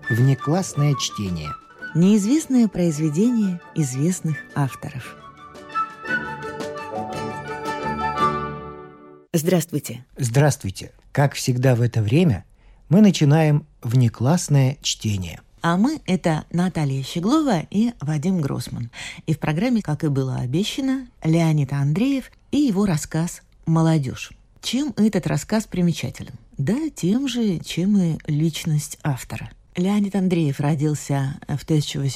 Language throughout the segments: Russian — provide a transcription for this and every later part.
Внеклассное чтение. Неизвестное произведение известных авторов. Здравствуйте. Здравствуйте. Как всегда в это время мы начинаем внеклассное чтение. А мы – это Наталья Щеглова и Вадим Гроссман. И в программе, как и было обещано, Леонид Андреев и его рассказ «Молодежь». Чем этот рассказ примечателен? Да тем же, чем и личность автора. Леонид Андреев родился в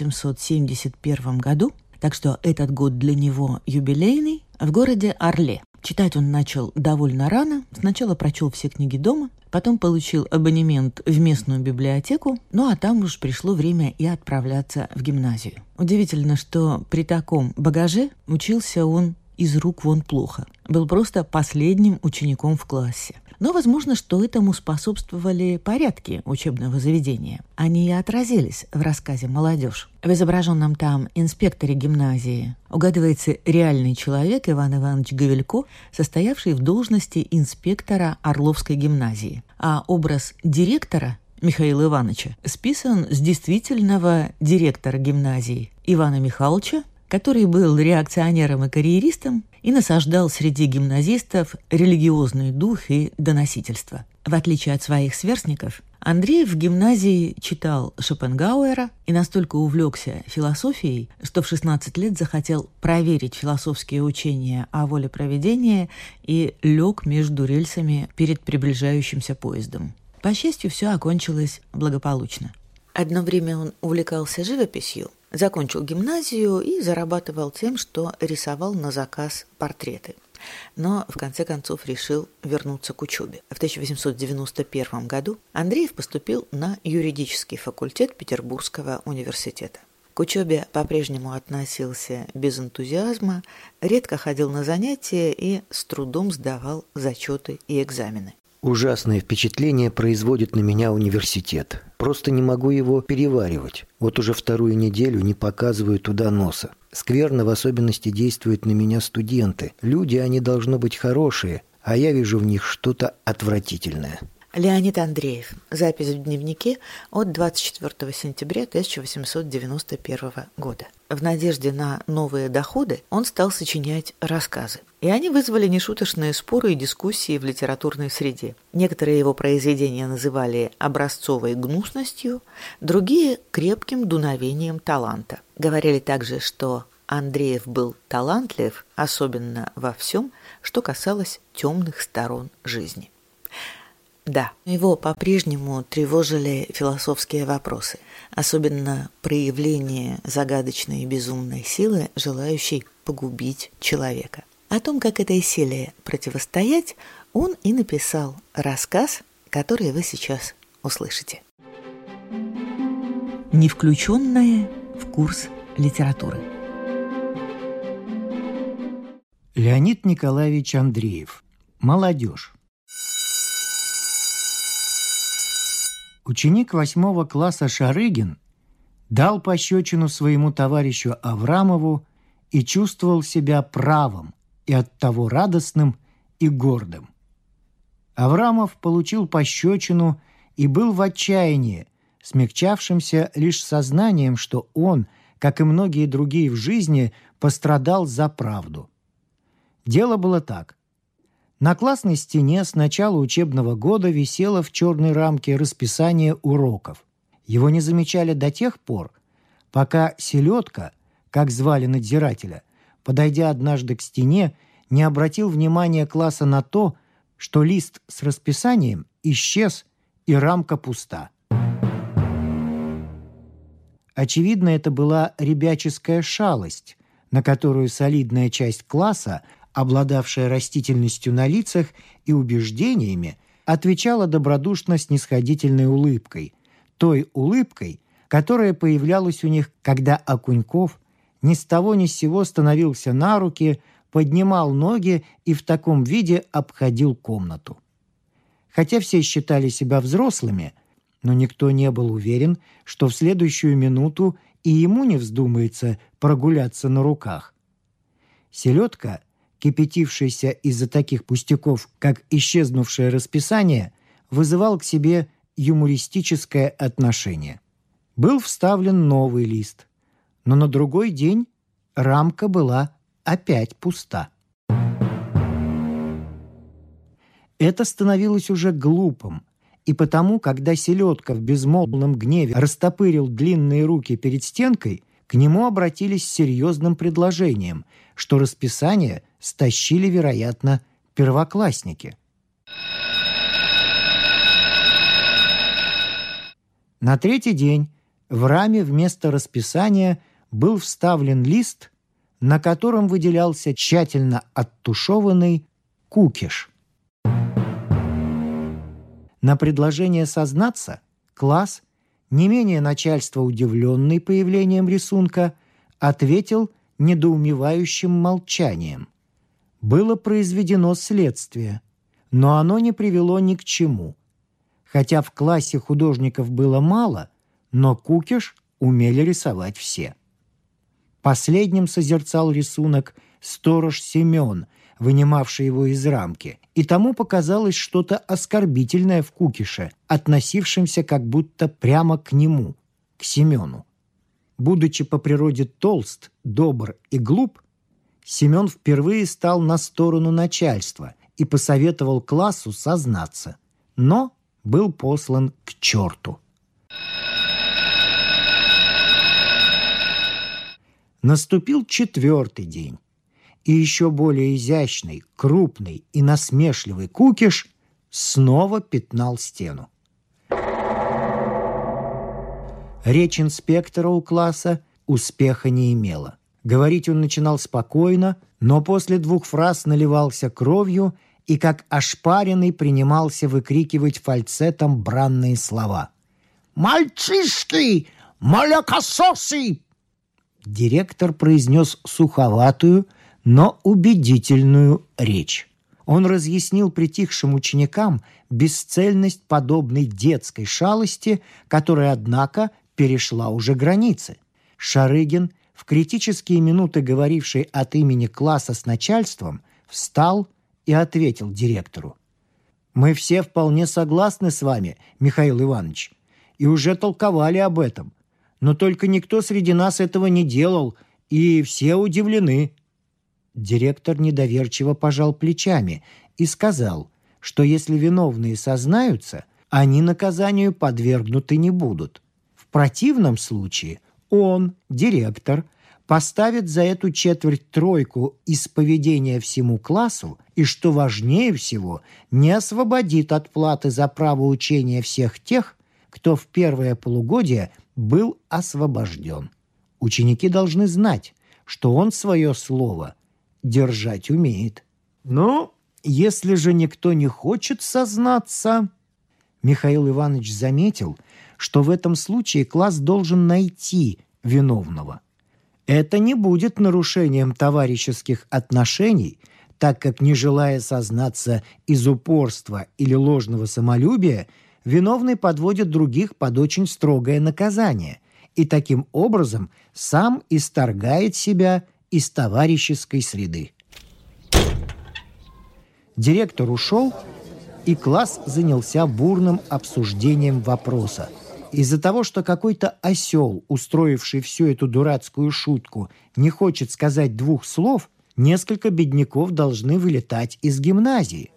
1871 году, так что этот год для него юбилейный, в городе Орле. Читать он начал довольно рано. Сначала прочел все книги дома, потом получил абонемент в местную библиотеку, ну а там уж пришло время и отправляться в гимназию. Удивительно, что при таком багаже учился он из рук вон плохо. Был просто последним учеником в классе. Но возможно, что этому способствовали порядки учебного заведения. Они и отразились в рассказе «Молодежь». В изображенном там инспекторе гимназии угадывается реальный человек Иван Иванович Гавелько, состоявший в должности инспектора Орловской гимназии. А образ директора Михаила Ивановича списан с действительного директора гимназии Ивана Михайловича, который был реакционером и карьеристом и насаждал среди гимназистов религиозный дух и доносительство. В отличие от своих сверстников, Андреев в гимназии читал Шопенгауэра и настолько увлекся философией, что в 16 лет захотел проверить философские учения о воле провидения и лег между рельсами перед приближающимся поездом. По счастью, все окончилось благополучно. Одно время он увлекался живописью, закончил гимназию и зарабатывал тем, что рисовал на заказ портреты. Но в конце концов решил вернуться к учебе. В 1891 году Андреев поступил на юридический факультет Петербургского университета. К учебе по-прежнему относился без энтузиазма, редко ходил на занятия и с трудом сдавал зачеты и экзамены. Ужасное впечатление производит на меня университет. Просто не могу его переваривать. Вот уже вторую неделю не показываю туда носа. Скверно в особенности действуют на меня студенты. Люди, они должно быть хорошие, а я вижу в них что-то отвратительное. Леонид Андреев. Запись в дневнике от 24 сентября 1891 года. В надежде на новые доходы он стал сочинять рассказы. И они вызвали нешуточные споры и дискуссии в литературной среде. Некоторые его произведения называли образцовой гнусностью, другие – крепким дуновением таланта. Говорили также, что Андреев был талантлив, особенно во всем, что касалось темных сторон жизни. Да, его по-прежнему тревожили философские вопросы, особенно проявление загадочной и безумной силы, желающей погубить человека. О том, как этой силе противостоять, он и написал рассказ, который вы сейчас услышите. Не включенная в курс литературы. Леонид Николаевич Андреев. «Молодежь». Ученик 8 класса Шарыгин дал пощечину своему товарищу Аврамову и чувствовал себя правым и оттого радостным и гордым. Аврамов получил пощечину и был в отчаянии, смягчавшимся лишь сознанием, что он, как и многие другие в жизни, пострадал за правду. Дело было так. На классной стене с начала учебного года висело в черной рамке расписание уроков. Его не замечали до тех пор, пока Селедка, как звали надзирателя, подойдя однажды к стене, не обратил внимания класса на то, что лист с расписанием исчез и рамка пуста. Очевидно, это была ребяческая шалость, на которую солидная часть класса, обладавшая растительностью на лицах и убеждениями, отвечала добродушно-снисходительной улыбкой, той улыбкой, которая появлялась у них, когда Окуньков ни с того ни с сего становился на руки, поднимал ноги и в таком виде обходил комнату. Хотя все считали себя взрослыми, но никто не был уверен, что в следующую минуту и ему не вздумается прогуляться на руках. Селедка, кипятившийся из-за таких пустяков, как исчезнувшее расписание, вызывал к себе юмористическое отношение. Был вставлен новый лист, но на другой день рамка была опять пуста. Это становилось уже глупым, и потому, когда селедка в безмолвном гневе растопырил длинные руки перед стенкой, к нему обратились с серьезным предложением, что расписание стащили, вероятно, первоклассники. На третий день в раме вместо расписания был вставлен лист, на котором выделялся тщательно оттушеванный кукиш. На предложение сознаться класс, не менее начальства удивленный появлением рисунка, ответил недоумевающим молчанием. Было произведено следствие, но оно не привело ни к чему. Хотя в классе художников было мало, но кукиш умели рисовать все. Последним созерцал рисунок сторож Семен, вынимавший его из рамки, и тому показалось что-то оскорбительное в кукише, относившемся как будто прямо к нему, к Семену. Будучи по природе толст, добр и глуп, Семен впервые стал на сторону начальства и посоветовал классу сознаться, но был послан к черту. Наступил четвертый день, и еще более изящный, крупный и насмешливый кукиш снова пятнал стену. Речь инспектора у класса успеха не имела. Говорить он начинал спокойно, но после 2 фраз наливался кровью и, как ошпаренный, принимался выкрикивать фальцетом бранные слова. «Мальчишки! Молокососы!» Директор произнес суховатую, но убедительную речь. Он разъяснил притихшим ученикам бесцельность подобной детской шалости, которая, однако, перешла уже границы. Шарыгин, в критические минуты говоривший от имени класса с начальством, встал и ответил директору. «Мы все вполне согласны с вами, Михаил Иванович, и уже толковали об этом. Но только никто среди нас этого не делал, и все удивлены». Директор недоверчиво пожал плечами и сказал, что если виновные сознаются, они наказанию подвергнуты не будут. В противном случае он, директор, поставит за эту четверть тройку из поведения всему классу и, что важнее всего, не освободит от платы за право учения всех тех, кто в первое полугодие был освобожден. Ученики должны знать, что он свое слово держать умеет. Но если же никто не хочет сознаться... Михаил Иванович заметил, что в этом случае класс должен найти виновного. Это не будет нарушением товарищеских отношений, так как, не желая сознаться из упорства или ложного самолюбия, виновный подводит других под очень строгое наказание и таким образом сам исторгает себя из товарищеской среды. Директор ушел, и класс занялся бурным обсуждением вопроса. Из-за того, что какой-то осел, устроивший всю эту дурацкую шутку, не хочет сказать 2 слов, несколько бедняков должны вылетать из гимназии.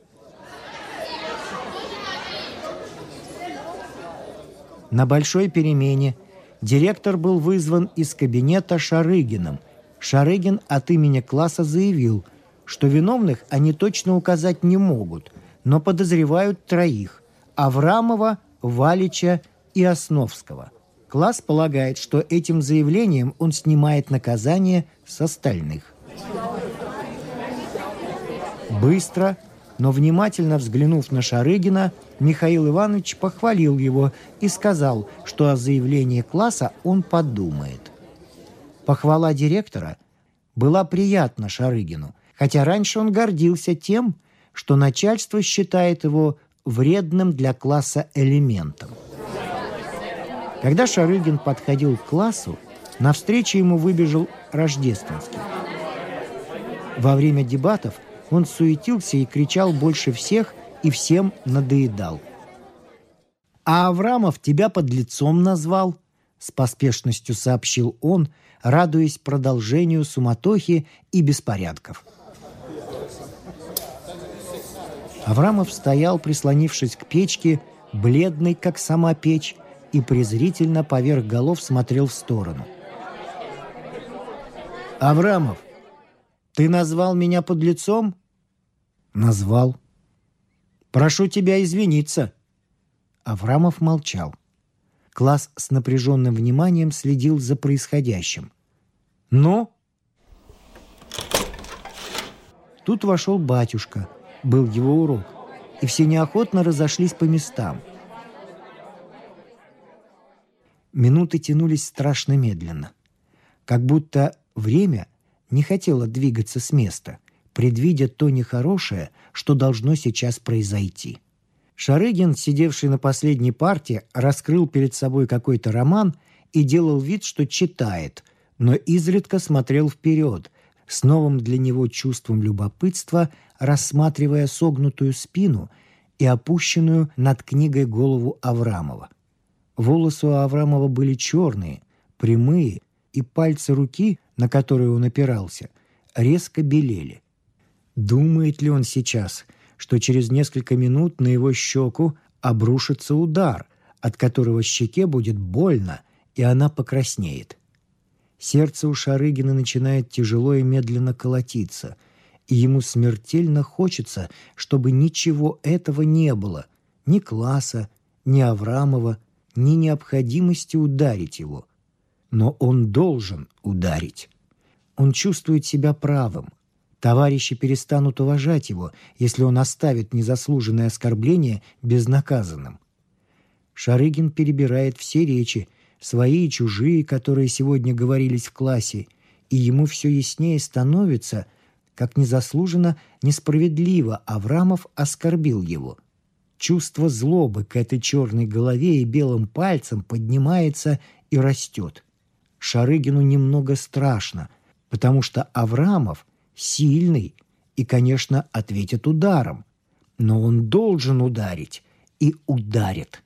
На большой перемене директор был вызван из кабинета Шарыгиным. Шарыгин от имени класса заявил, что виновных они точно указать не могут, но подозревают 3 – Аврамова, Валича и Основского. Класс полагает, что этим заявлением он снимает наказание с остальных. Быстро, но внимательно взглянув на Шарыгина, Михаил Иванович похвалил его и сказал, что о заявлении класса он подумает. Похвала директора была приятна Шарыгину, хотя раньше он гордился тем, что начальство считает его вредным для класса элементом. Когда Шарыгин подходил к классу, навстречу ему выбежал Рождественский. Во время дебатов он суетился и кричал больше всех и всем надоедал. «А Аврамов тебя подлецом назвал», — с поспешностью сообщил он, радуясь продолжению суматохи и беспорядков. Аврамов стоял, прислонившись к печке, бледный, как сама печь, и презрительно поверх голов смотрел в сторону. «Аврамов, ты назвал меня подлецом?» «Назвал». «Прошу тебя извиниться». Аврамов молчал. Класс с напряженным вниманием следил за происходящим. «Ну?» Тут вошел батюшка. Был его урок, и все неохотно разошлись по местам. Минуты тянулись страшно медленно, как будто время не хотело двигаться с места, предвидя то нехорошее, что должно сейчас произойти. Шарыгин, сидевший на последней парте, раскрыл перед собой какой-то роман и делал вид, что читает, но изредка смотрел вперед, с новым для него чувством любопытства, рассматривая согнутую спину и опущенную над книгой голову Аврамова. Волосы у Аврамова были черные, прямые, и пальцы руки, на которые он опирался, резко белели. Думает ли он сейчас, что через несколько минут на его щеку обрушится удар, от которого щеке будет больно, и она покраснеет? Сердце у Шарыгина начинает тяжело и медленно колотиться, и ему смертельно хочется, чтобы ничего этого не было, ни класса, ни Аврамова, ни необходимости ударить его. Но он должен ударить. Он чувствует себя правым. Товарищи перестанут уважать его, если он оставит незаслуженное оскорбление безнаказанным. Шарыгин перебирает все речи, свои и чужие, которые сегодня говорились в классе, и ему все яснее становится, как незаслуженно, несправедливо Аврамов оскорбил его. Чувство злобы к этой черной голове и белым пальцам поднимается и растет. Шарыгину немного страшно, потому что Аврамов сильный и, конечно, ответит ударом. Но он должен ударить и ударит.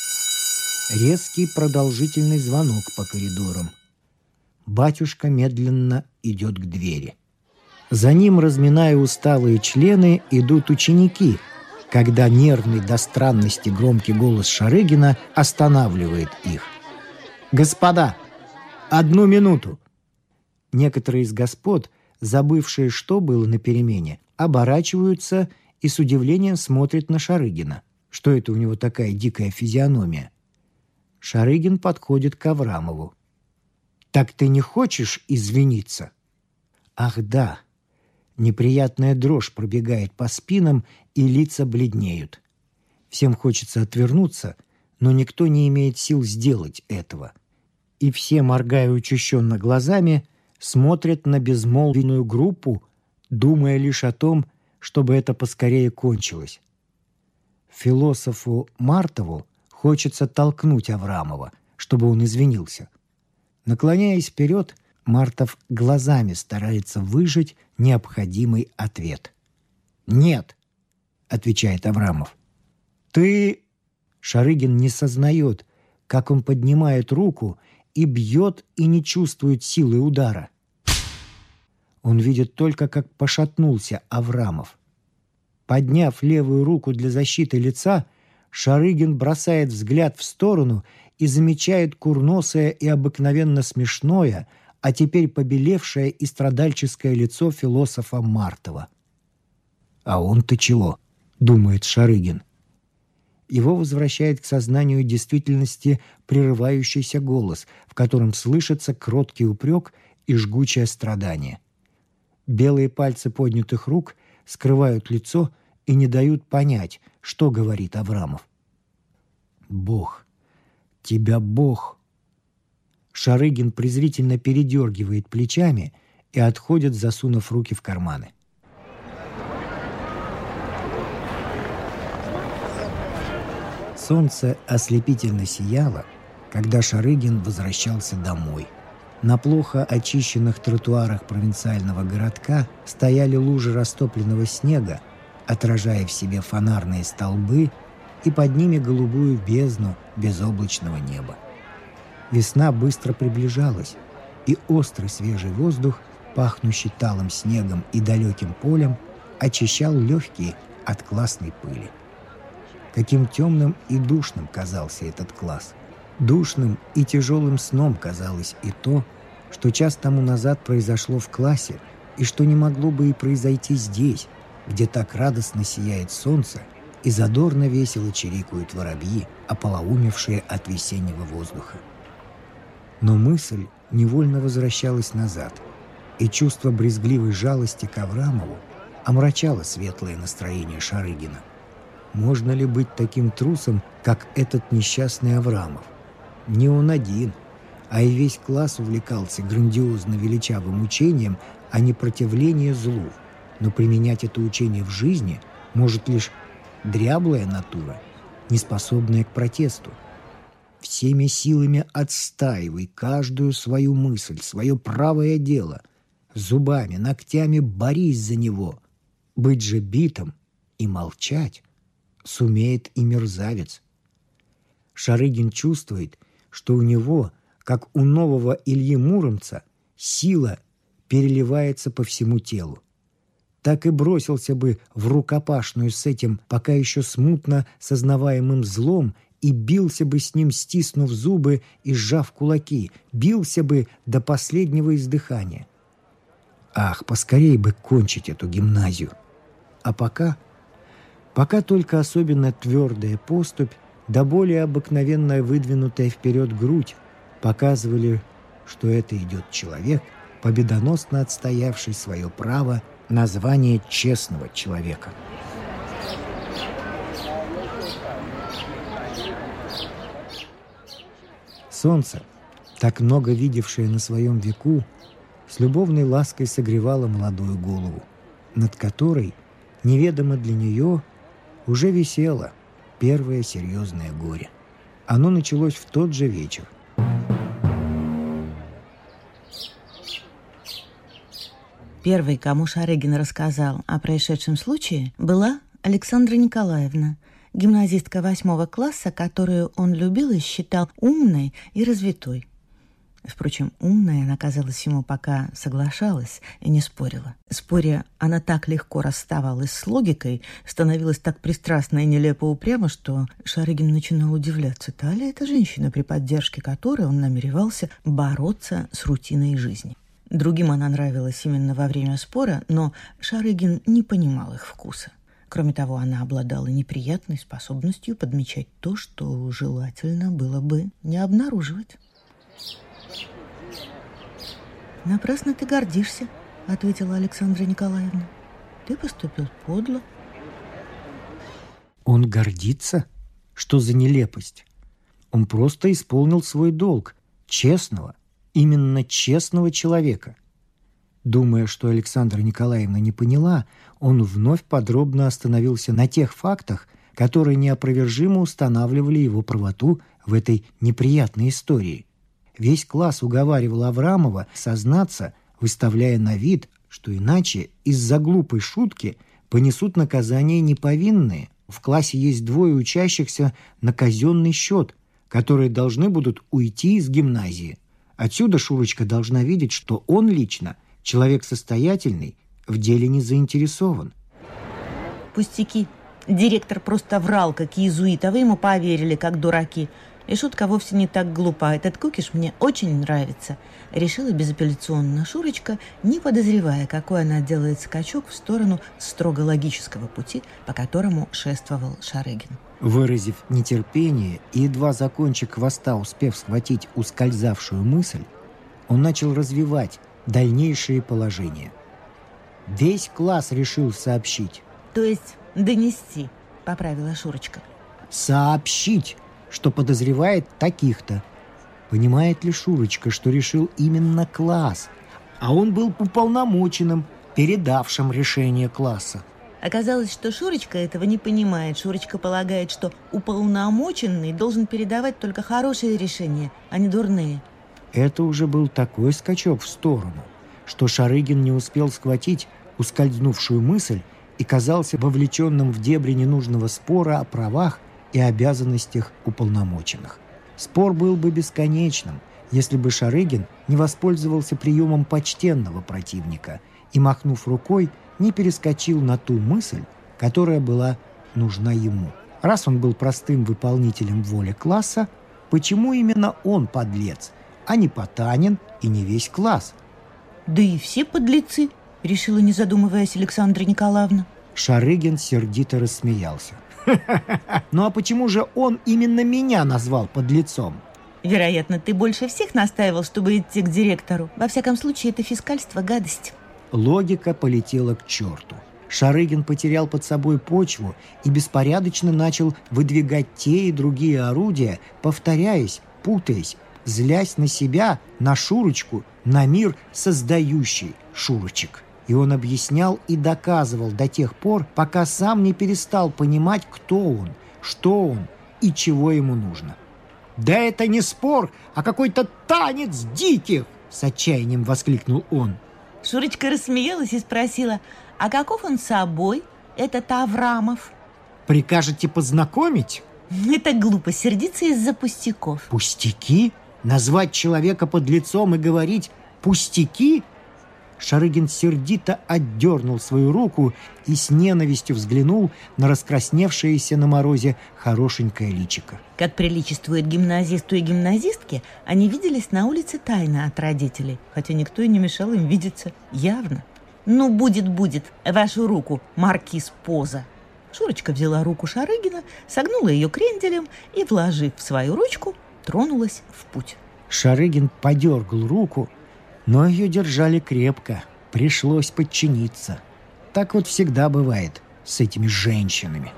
Резкий продолжительный звонок по коридорам. Батюшка медленно идет к двери. За ним, разминая усталые члены, идут ученики, когда нервный до странности громкий голос Шарыгина останавливает их. «Господа, 1 минуту!» Некоторые из господ, забывшие, что было на перемене, оборачиваются и с удивлением смотрят на Шарыгина. Что это у него такая дикая физиономия? Шарыгин подходит к Аврамову. «Так ты не хочешь извиниться?» «Ах, да!» Неприятная дрожь пробегает по спинам, и лица бледнеют. Всем хочется отвернуться, но никто не имеет сил сделать этого. И все, моргая учащенно глазами, смотрят на безмолвную группу, думая лишь о том, чтобы это поскорее кончилось. Философу Мартову хочется толкнуть Аврамова, чтобы он извинился. Наклоняясь вперед, Мартов глазами старается выжать необходимый ответ. «Нет», — отвечает Аврамов. «Ты...» Шарыгин не сознает, как он поднимает руку и бьет, и не чувствует силы удара. Он видит только, как пошатнулся Аврамов. Подняв левую руку для защиты лица, Шарыгин бросает взгляд в сторону и замечает курносое и обыкновенно смешное, а теперь побелевшее и страдальческое лицо философа Мартова. «А он-то чего?» — думает Шарыгин. Его возвращает к сознанию действительности прерывающийся голос, в котором слышится кроткий упрек и жгучее страдание. Белые пальцы поднятых рук скрывают лицо и не дают понять, что говорит Аврамов. «Бог! Тебя Бог!» Шарыгин презрительно передергивает плечами и отходит, засунув руки в карманы. Солнце ослепительно сияло, когда Шарыгин возвращался домой. На плохо очищенных тротуарах провинциального городка стояли лужи растопленного снега, отражая в себе фонарные столбы и под ними голубую бездну безоблачного неба. Весна быстро приближалась, и острый свежий воздух, пахнущий талым снегом и далеким полем, очищал легкие от классной пыли. Каким темным и душным казался этот класс. Душным и тяжелым сном казалось и то, что час тому назад произошло в классе, и что не могло бы и произойти здесь, где так радостно сияет солнце и задорно весело чирикают воробьи, ополоумевшие от весеннего воздуха. Но мысль невольно возвращалась назад, и чувство брезгливой жалости к Аврамову омрачало светлое настроение Шарыгина. Можно ли быть таким трусом, как этот несчастный Аврамов? Не он один, а и весь класс увлекался грандиозно величавым учением о непротивлении злу. Но применять это учение в жизни может лишь дряблая натура, неспособная к протесту. Всеми силами отстаивай каждую свою мысль, свое правое дело. Зубами, ногтями борись за него. Быть же битым и молчать сумеет и мерзавец. Шарыгин чувствует, что у него, как у нового Ильи Муромца, сила переливается по всему телу. Так и бросился бы в рукопашную с этим пока еще смутно сознаваемым злом и бился бы с ним, стиснув зубы и сжав кулаки, бился бы до последнего издыхания. Ах, поскорей бы кончить эту гимназию. А пока только особенно твердая поступь да более обыкновенная выдвинутая вперед грудь показывали, что это идет человек, победоносно отстоявший свое право на звание честного человека. Солнце, так много видевшее на своем веку, с любовной лаской согревало молодую голову, над которой, неведомо для нее, уже висело первое серьезное горе. Оно началось в тот же вечер. Первой, кому Шарыгин рассказал о происшедшем случае, была Александра Николаевна, гимназистка 8 класса, которую он любил и считал умной и развитой. Впрочем, умная она казалась ему, пока соглашалась и не спорила. Споря, она так легко расставалась с логикой, становилась так пристрастна и нелепо упряма, что Шарыгин начинал удивляться, та ли эта женщина, при поддержке которой он намеревался бороться с рутиной жизни. Другим она нравилась именно во время спора, но Шарыгин не понимал их вкуса. Кроме того, она обладала неприятной способностью подмечать то, что желательно было бы не обнаруживать. «Напрасно ты гордишься», — ответила Александра Николаевна. «Ты поступил подло». Он гордится? Что за нелепость? Он просто исполнил свой долг, честного, именно честного человека. Думая, что Александра Николаевна не поняла, он вновь подробно остановился на тех фактах, которые неопровержимо устанавливали его правоту в этой неприятной истории. Весь класс уговаривал Аврамова сознаться, выставляя на вид, что иначе из-за глупой шутки понесут наказание неповинные. В классе есть 2 учащихся на казенный счет, которые должны будут уйти из гимназии. Отсюда Шурочка должна видеть, что он лично, человек состоятельный, в деле не заинтересован. Пустяки. Директор просто врал, как иезуит, а вы ему поверили, как дураки. И шутка вовсе не так глупа. Этот кукиш мне очень нравится. Решила безапелляционно Шурочка, не подозревая, какой она делает скачок в сторону строго логического пути, по которому шествовал Шарыгин. Выразив нетерпение и едва за кончик хвоста успев схватить ускользавшую мысль, он начал развивать дальнейшие положения. Весь класс решил сообщить. То есть донести, поправила Шурочка. Сообщить, что подозревает таких-то. Понимает ли Шурочка, что решил именно класс, а он был уполномоченным, передавшим решение класса? Оказалось, что Шурочка этого не понимает. Шурочка полагает, что уполномоченный должен передавать только хорошие решения, а не дурные. Это уже был такой скачок в сторону, что Шарыгин не успел схватить ускользнувшую мысль и казался вовлеченным в дебри ненужного спора о правах и обязанностях уполномоченных. Спор был бы бесконечным, если бы Шарыгин не воспользовался приемом почтенного противника и, махнув рукой, не перескочил на ту мысль, которая была нужна ему. Раз он был простым выполнителем воли класса, почему именно он подлец, а не Потанин и не весь класс? Да и все подлецы, решила, не задумываясь, Александра Николаевна. Шарыгин сердито рассмеялся. Ну а почему же он именно меня назвал подлецом? Вероятно, ты больше всех настаивал, чтобы идти к директору. Во всяком случае, это фискальство – гадость. Логика полетела к черту. Шарыгин потерял под собой почву и беспорядочно начал выдвигать те и другие орудия, повторяясь, путаясь, злясь на себя, на Шурочку, на мир, создающий Шурочек. И он объяснял и доказывал до тех пор, пока сам не перестал понимать, кто он, что он и чего ему нужно. «Да это не спор, а какой-то танец диких!» – с отчаянием воскликнул он. Шурочка рассмеялась и спросила: «А каков он собой, этот Аврамов?» «Прикажете познакомить?» Это глупо сердиться из-за пустяков. «Пустяки? Назвать человека подлецом и говорить «пустяки»?» Шарыгин сердито отдернул свою руку и с ненавистью взглянул на раскрасневшееся на морозе хорошенькое личико. Как приличествует гимназисту и гимназистке, они виделись на улице тайно от родителей, хотя никто и не мешал им видеться явно. «Ну, будет, вашу руку, маркиз Поза». Шурочка взяла руку Шарыгина, согнула ее кренделем и, вложив в свою ручку, тронулась в путь. Шарыгин подергал руку, но ее держали крепко, пришлось подчиниться. Так вот всегда бывает с этими женщинами.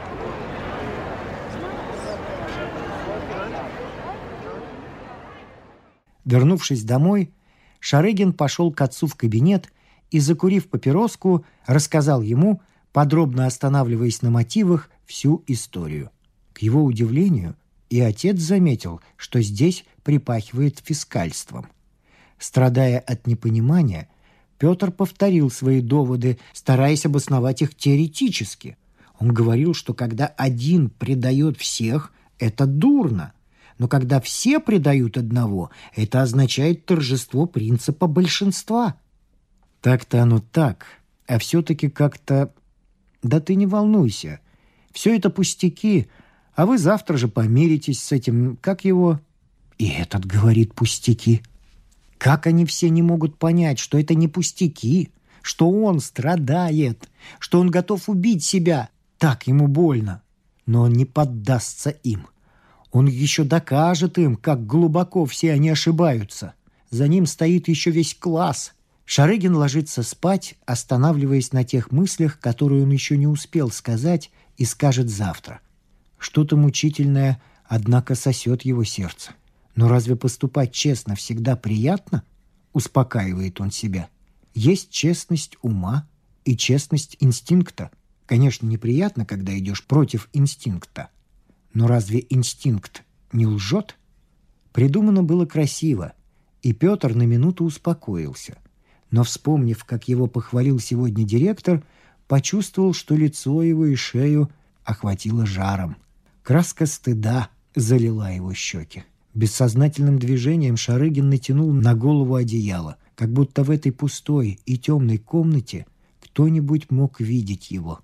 Вернувшись домой, Шарыгин пошел к отцу в кабинет и, закурив папироску, рассказал ему, подробно останавливаясь на мотивах, всю историю. К его удивлению, и отец заметил, что здесь припахивает фискальством. Страдая от непонимания, Петр повторил свои доводы, стараясь обосновать их теоретически. Он говорил, что когда один предает всех, это дурно, но когда все предают одного, это означает торжество принципа большинства. Так-то оно так, а все-таки как-то... Да ты не волнуйся, все это пустяки, а вы завтра же помиритесь с этим, как его... И этот говорит пустяки. Как они все не могут понять, что это не пустяки, что он страдает, что он готов убить себя, так ему больно. Но он не поддастся им. Он еще докажет им, как глубоко все они ошибаются. За ним стоит еще весь класс. Шарыгин ложится спать, останавливаясь на тех мыслях, которые он еще не успел сказать и скажет завтра. Что-то мучительное, однако, сосет его сердце. Но разве поступать честно всегда приятно? Успокаивает он себя. Есть честность ума и честность инстинкта. Конечно, неприятно, когда идешь против инстинкта. Но разве инстинкт не лжет? Придумано было красиво, и Петр на минуту успокоился. Но, вспомнив, как его похвалил сегодня директор, почувствовал, что лицо его и шею охватило жаром. Краска стыда залила его щеки. Бессознательным движением Шарыгин натянул на голову одеяло, как будто в этой пустой и темной комнате кто-нибудь мог видеть его.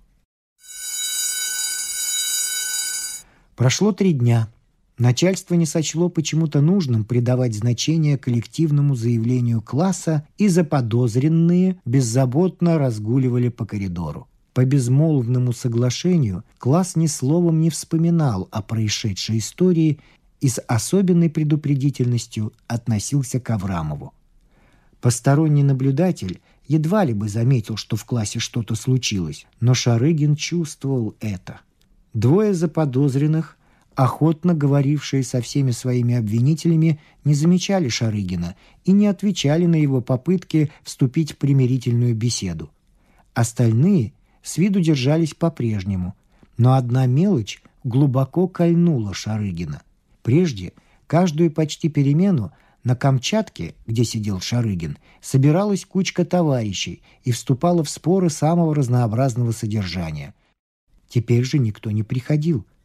Прошло 3 дня. Начальство не сочло почему-то нужным придавать значение коллективному заявлению класса, и заподозренные беззаботно разгуливали по коридору. По безмолвному соглашению класс ни словом не вспоминал о происшедшей истории и с особенной предупредительностью относился к Аврамову. Посторонний наблюдатель едва ли бы заметил, что в классе что-то случилось, но Шарыгин чувствовал это. 2 заподозренных, охотно говорившие со всеми своими обвинителями, не замечали Шарыгина и не отвечали на его попытки вступить в примирительную беседу. Остальные с виду держались по-прежнему, но одна мелочь глубоко кольнула Шарыгина. Прежде каждую почти перемену на Камчатке, где сидел Шарыгин, собиралась кучка товарищей и вступала в споры самого разнообразного содержания. Теперь же никто не приходил,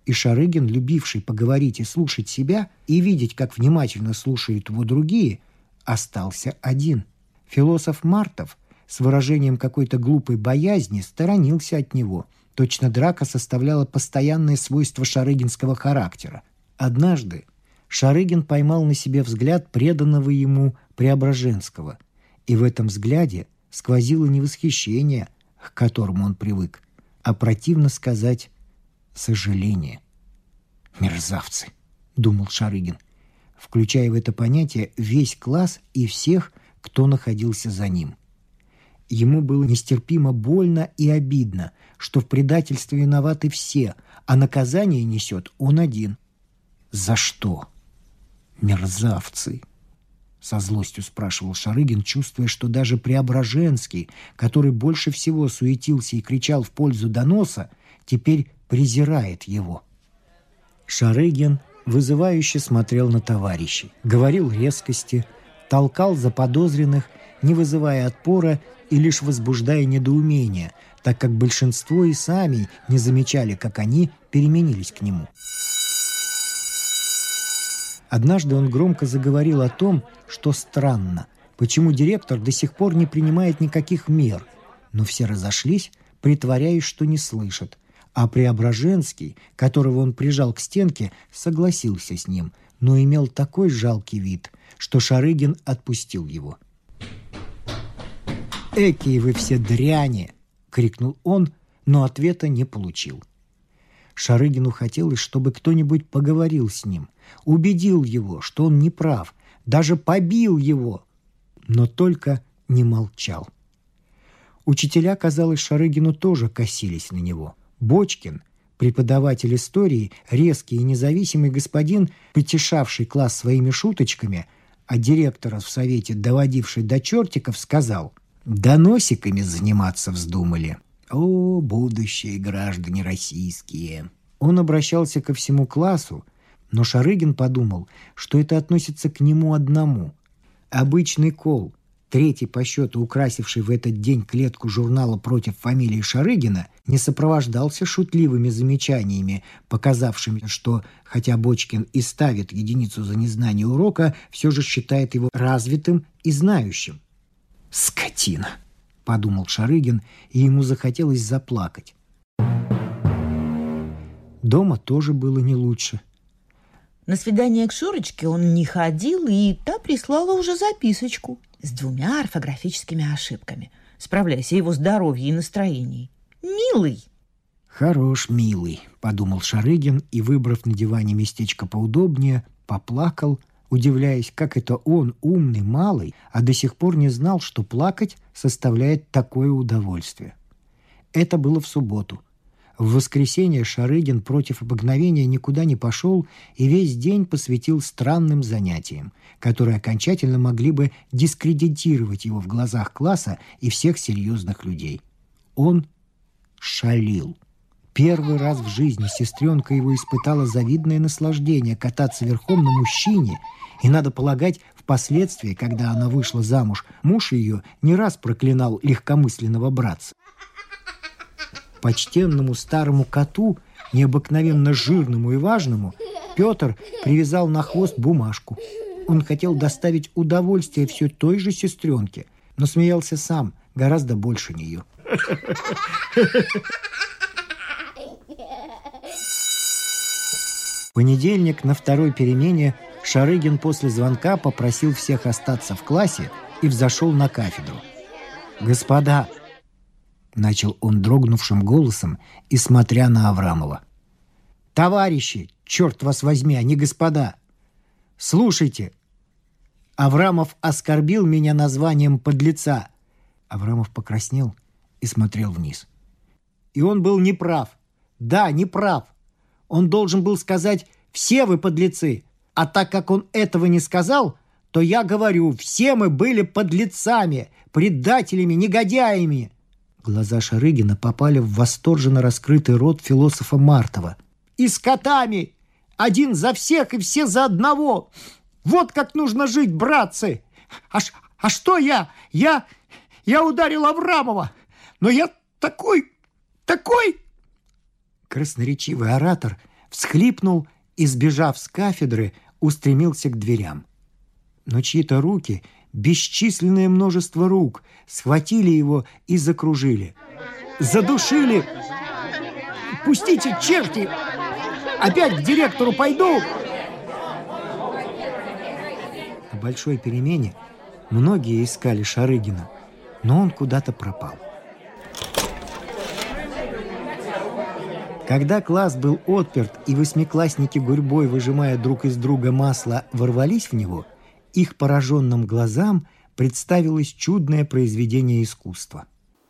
И Шарыгин, любивший поговорить и слушать себя, и видеть, как внимательно слушают его другие, остался один. Философ Мартов с выражением какой-то глупой боязни сторонился от него. Точно драка составляла постоянное свойство шарыгинского характера. Однажды Шарыгин поймал на себе взгляд преданного ему Преображенского, и в этом взгляде сквозило не восхищение, к которому он привык, а противно сказать сожаление. «Мерзавцы!» — думал Шарыгин, включая в это понятие весь класс и всех, кто находился за ним. Ему было нестерпимо больно и обидно, что в предательстве виноваты все, а наказание несет он один. «За что?» «Мерзавцы!» — со злостью спрашивал Шарыгин, чувствуя, что даже Преображенский, который больше всего суетился и кричал в пользу доноса, теперь презирает его. Шарыгин вызывающе смотрел на товарищей, говорил резкости, толкал заподозренных, не вызывая отпора и лишь возбуждая недоумение, так как большинство и сами не замечали, как они переменились к нему. Однажды он громко заговорил о том, что странно, почему директор до сих пор не принимает никаких мер, но все разошлись, притворяясь, что не слышат, а Преображенский, которого он прижал к стенке, согласился с ним, но имел такой жалкий вид, что Шарыгин отпустил его. «Экие вы все дряни!» — крикнул он, но ответа не получил. Шарыгину хотелось, чтобы кто-нибудь поговорил с ним, убедил его, что он не прав, даже побил его, но только не молчал. Учителя, казалось, Шарыгину тоже косились на него. Бочкин, преподаватель истории, резкий и независимый господин, потешавший класс своими шуточками, а директора в совете доводивший до чертиков, сказал: «Доносиками заниматься вздумали. О, будущие граждане российские!» Он обращался ко всему классу, но Шарыгин подумал, что это относится к нему одному. Обычный кол, третий по счету украсивший в этот день клетку журнала против фамилии Шарыгина, не сопровождался шутливыми замечаниями, показавшими, что, хотя Бочкин и ставит единицу за незнание урока, все же считает его развитым и знающим. «Скотина!» — подумал Шарыгин, и ему захотелось заплакать. Дома тоже было не лучше. На свидание к Шурочке он не ходил, и та прислала уже записочку с 2 орфографическими ошибками, справляясь о его здоровье и настроении. «Милый!» «Хорош, милый», — подумал Шарыгин и, выбрав на диване местечко поудобнее, поплакал, удивляясь, как это он, умный, малый, а до сих пор не знал, что плакать составляет такое удовольствие. Это было в субботу. В воскресенье Шарыгин против обыкновения никуда не пошел и весь день посвятил странным занятиям, которые окончательно могли бы дискредитировать его в глазах класса и всех серьезных людей. Он шалил. Первый раз в жизни сестренка его испытала завидное наслаждение кататься верхом на мужчине, и, надо полагать, впоследствии, когда она вышла замуж, муж ее не раз проклинал легкомысленного братца. Почтенному старому коту, необыкновенно жирному и важному, Петр привязал на хвост бумажку. Он хотел доставить удовольствие все той же сестренке, но смеялся сам, гораздо больше нее. В понедельник на второй перемене Шарыгин после звонка попросил всех остаться в классе и взошел на кафедру. «Господа!» — начал он дрогнувшим голосом и смотря на Аврамова. «Товарищи, черт вас возьми, а не господа! Слушайте! Аврамов оскорбил меня названием подлеца!» Аврамов покраснел и смотрел вниз. «И он был неправ. Да, неправ. Он должен был сказать: все вы подлецы. А так как он этого не сказал, то я говорю: все мы были подлецами, предателями, негодяями». Глаза Шарыгина попали в восторженно раскрытый рот философа Мартова. «И скотами! Один за всех и все за одного! Вот как нужно жить, братцы! А что я? Я ударил Аврамова! Но я такой...» Красноречивый оратор всхлипнул и, сбежав с кафедры, устремился к дверям. Но чьи-то руки, бесчисленное множество рук, схватили его и закружили. Задушили! «Пустите, черти! Опять к директору пойду!» На большой перемене многие искали Шарыгина, но он куда-то пропал. Когда класс был отперт и восьмиклассники гурьбой, выжимая друг из друга масло, ворвались в него, их пораженным глазам представилось чудное произведение искусства.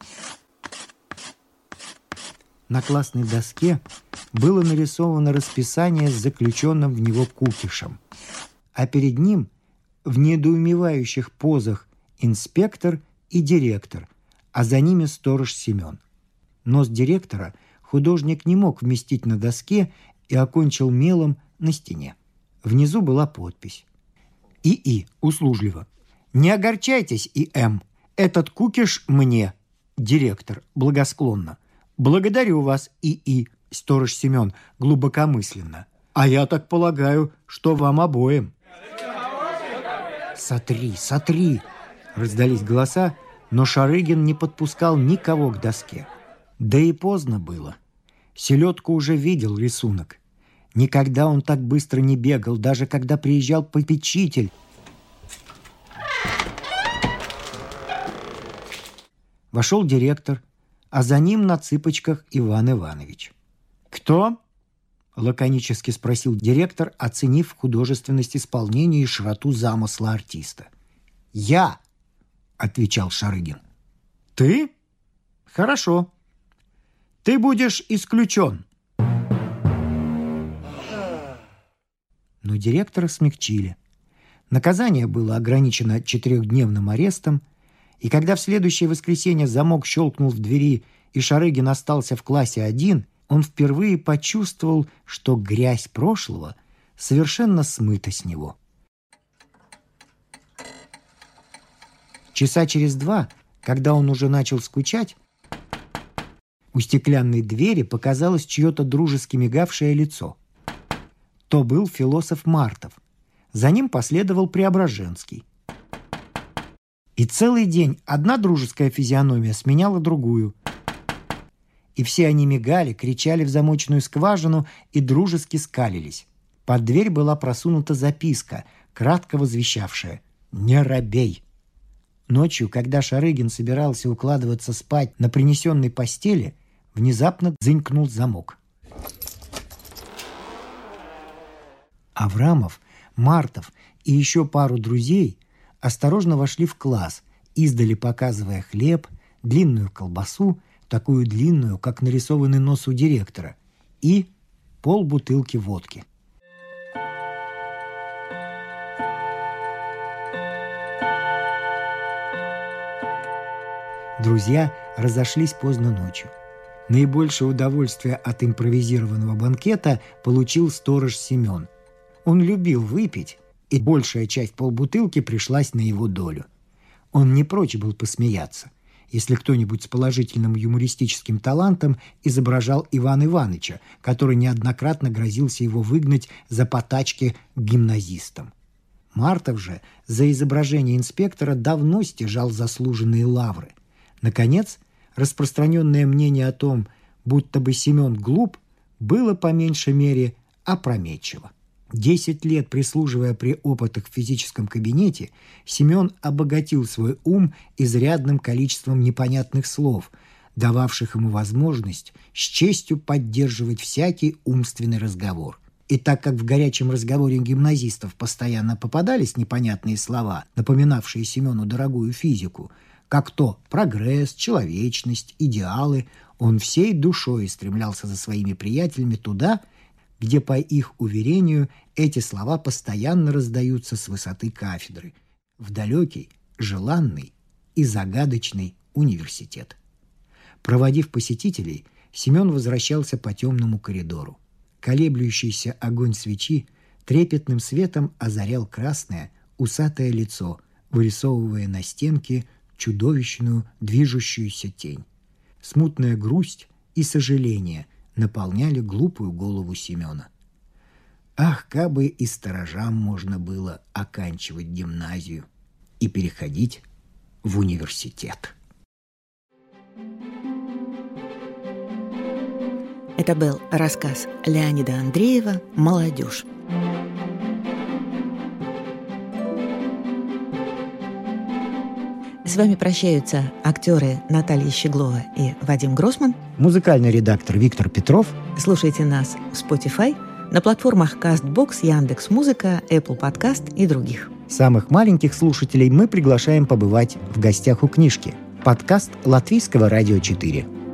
На классной доске было нарисовано расписание с заключенным в него кукишем, а перед ним в недоумевающих позах инспектор и директор, а за ними сторож Семен. Нос директора художник не мог вместить на доске и окончил мелом на стене. Внизу была подпись. И услужливо. «Не огорчайтесь, И.М. Этот кукиш мне, директор, благосклонно. Благодарю вас, И. Сторож Семен, глубокомысленно. А я так полагаю, что вам обоим». «Сотри!» Раздались голоса, но Шарыгин не подпускал никого к доске. Да и поздно было. Селедка уже видел рисунок. Никогда он так быстро не бегал, даже когда приезжал попечитель. Вошел директор, а за ним на цыпочках Иван Иванович. «Кто?» – лаконически спросил директор, оценив художественность исполнения и широту замысла артиста. «Я!» – отвечал Шарыгин. «Ты? Хорошо. Ты будешь исключен». Но директора смягчили. Наказание было ограничено 4-дневным арестом, и когда в следующее воскресенье замок щелкнул в двери, и Шарыгин остался в классе один, он впервые почувствовал, что грязь прошлого совершенно смыта с него. Часа через 2, когда он уже начал скучать, у стеклянной двери показалось чье-то дружески мигавшее лицо. То был философ Мартов. За ним последовал Преображенский. И целый день одна дружеская физиономия сменяла другую. И все они мигали, кричали в замочную скважину и дружески скалились. Под дверь была просунута записка, кратко возвещавшая «Не робей». Ночью, когда Шарыгин собирался укладываться спать на принесенной постели, внезапно дзынькнул замок. Аврамов, Мартов и еще пару друзей осторожно вошли в класс, издали показывая хлеб, длинную колбасу, такую длинную, как нарисованный нос у директора, и полбутылки водки. Друзья разошлись поздно ночью. Наибольшее удовольствие от импровизированного банкета получил сторож Семен. Он любил выпить, и большая часть полбутылки пришлась на его долю. Он не прочь был посмеяться, если кто-нибудь с положительным юмористическим талантом изображал Ивана Ивановича, который неоднократно грозился его выгнать за потачки к гимназистам. Мартов же за изображение инспектора давно стяжал заслуженные лавры. Наконец, распространенное мнение о том, будто бы Семен глуп, было по меньшей мере опрометчиво. 10 лет прислуживая при опытах в физическом кабинете, Семен обогатил свой ум изрядным количеством непонятных слов, дававших ему возможность с честью поддерживать всякий умственный разговор. И так как в горячем разговоре гимназистов постоянно попадались непонятные слова, напоминавшие Семену дорогую физику, как то прогресс, человечность, идеалы, он всей душой стремлялся за своими приятелями туда, где, по их уверению, эти слова постоянно раздаются с высоты кафедры, в далекий, желанный и загадочный университет. Проводив посетителей, Семен возвращался по темному коридору. Колеблющийся огонь свечи трепетным светом озарял красное, усатое лицо, вырисовывая на стенке чудовищную движущуюся тень. Смутная грусть и сожаление наполняли глупую голову Семена. Ах, кабы и сторожам можно было оканчивать гимназию и переходить в университет. Это был рассказ Леонида Андреева «Молодежь». С вами прощаются актеры Наталья Щеглова и Вадим Гроссман. Музыкальный редактор Виктор Петров. Слушайте нас в Spotify, на платформах CastBox, Яндекс.Музыка, Apple Podcast и других. Самых маленьких слушателей мы приглашаем побывать в гостях у книжки. Подкаст Латвийского радио 4.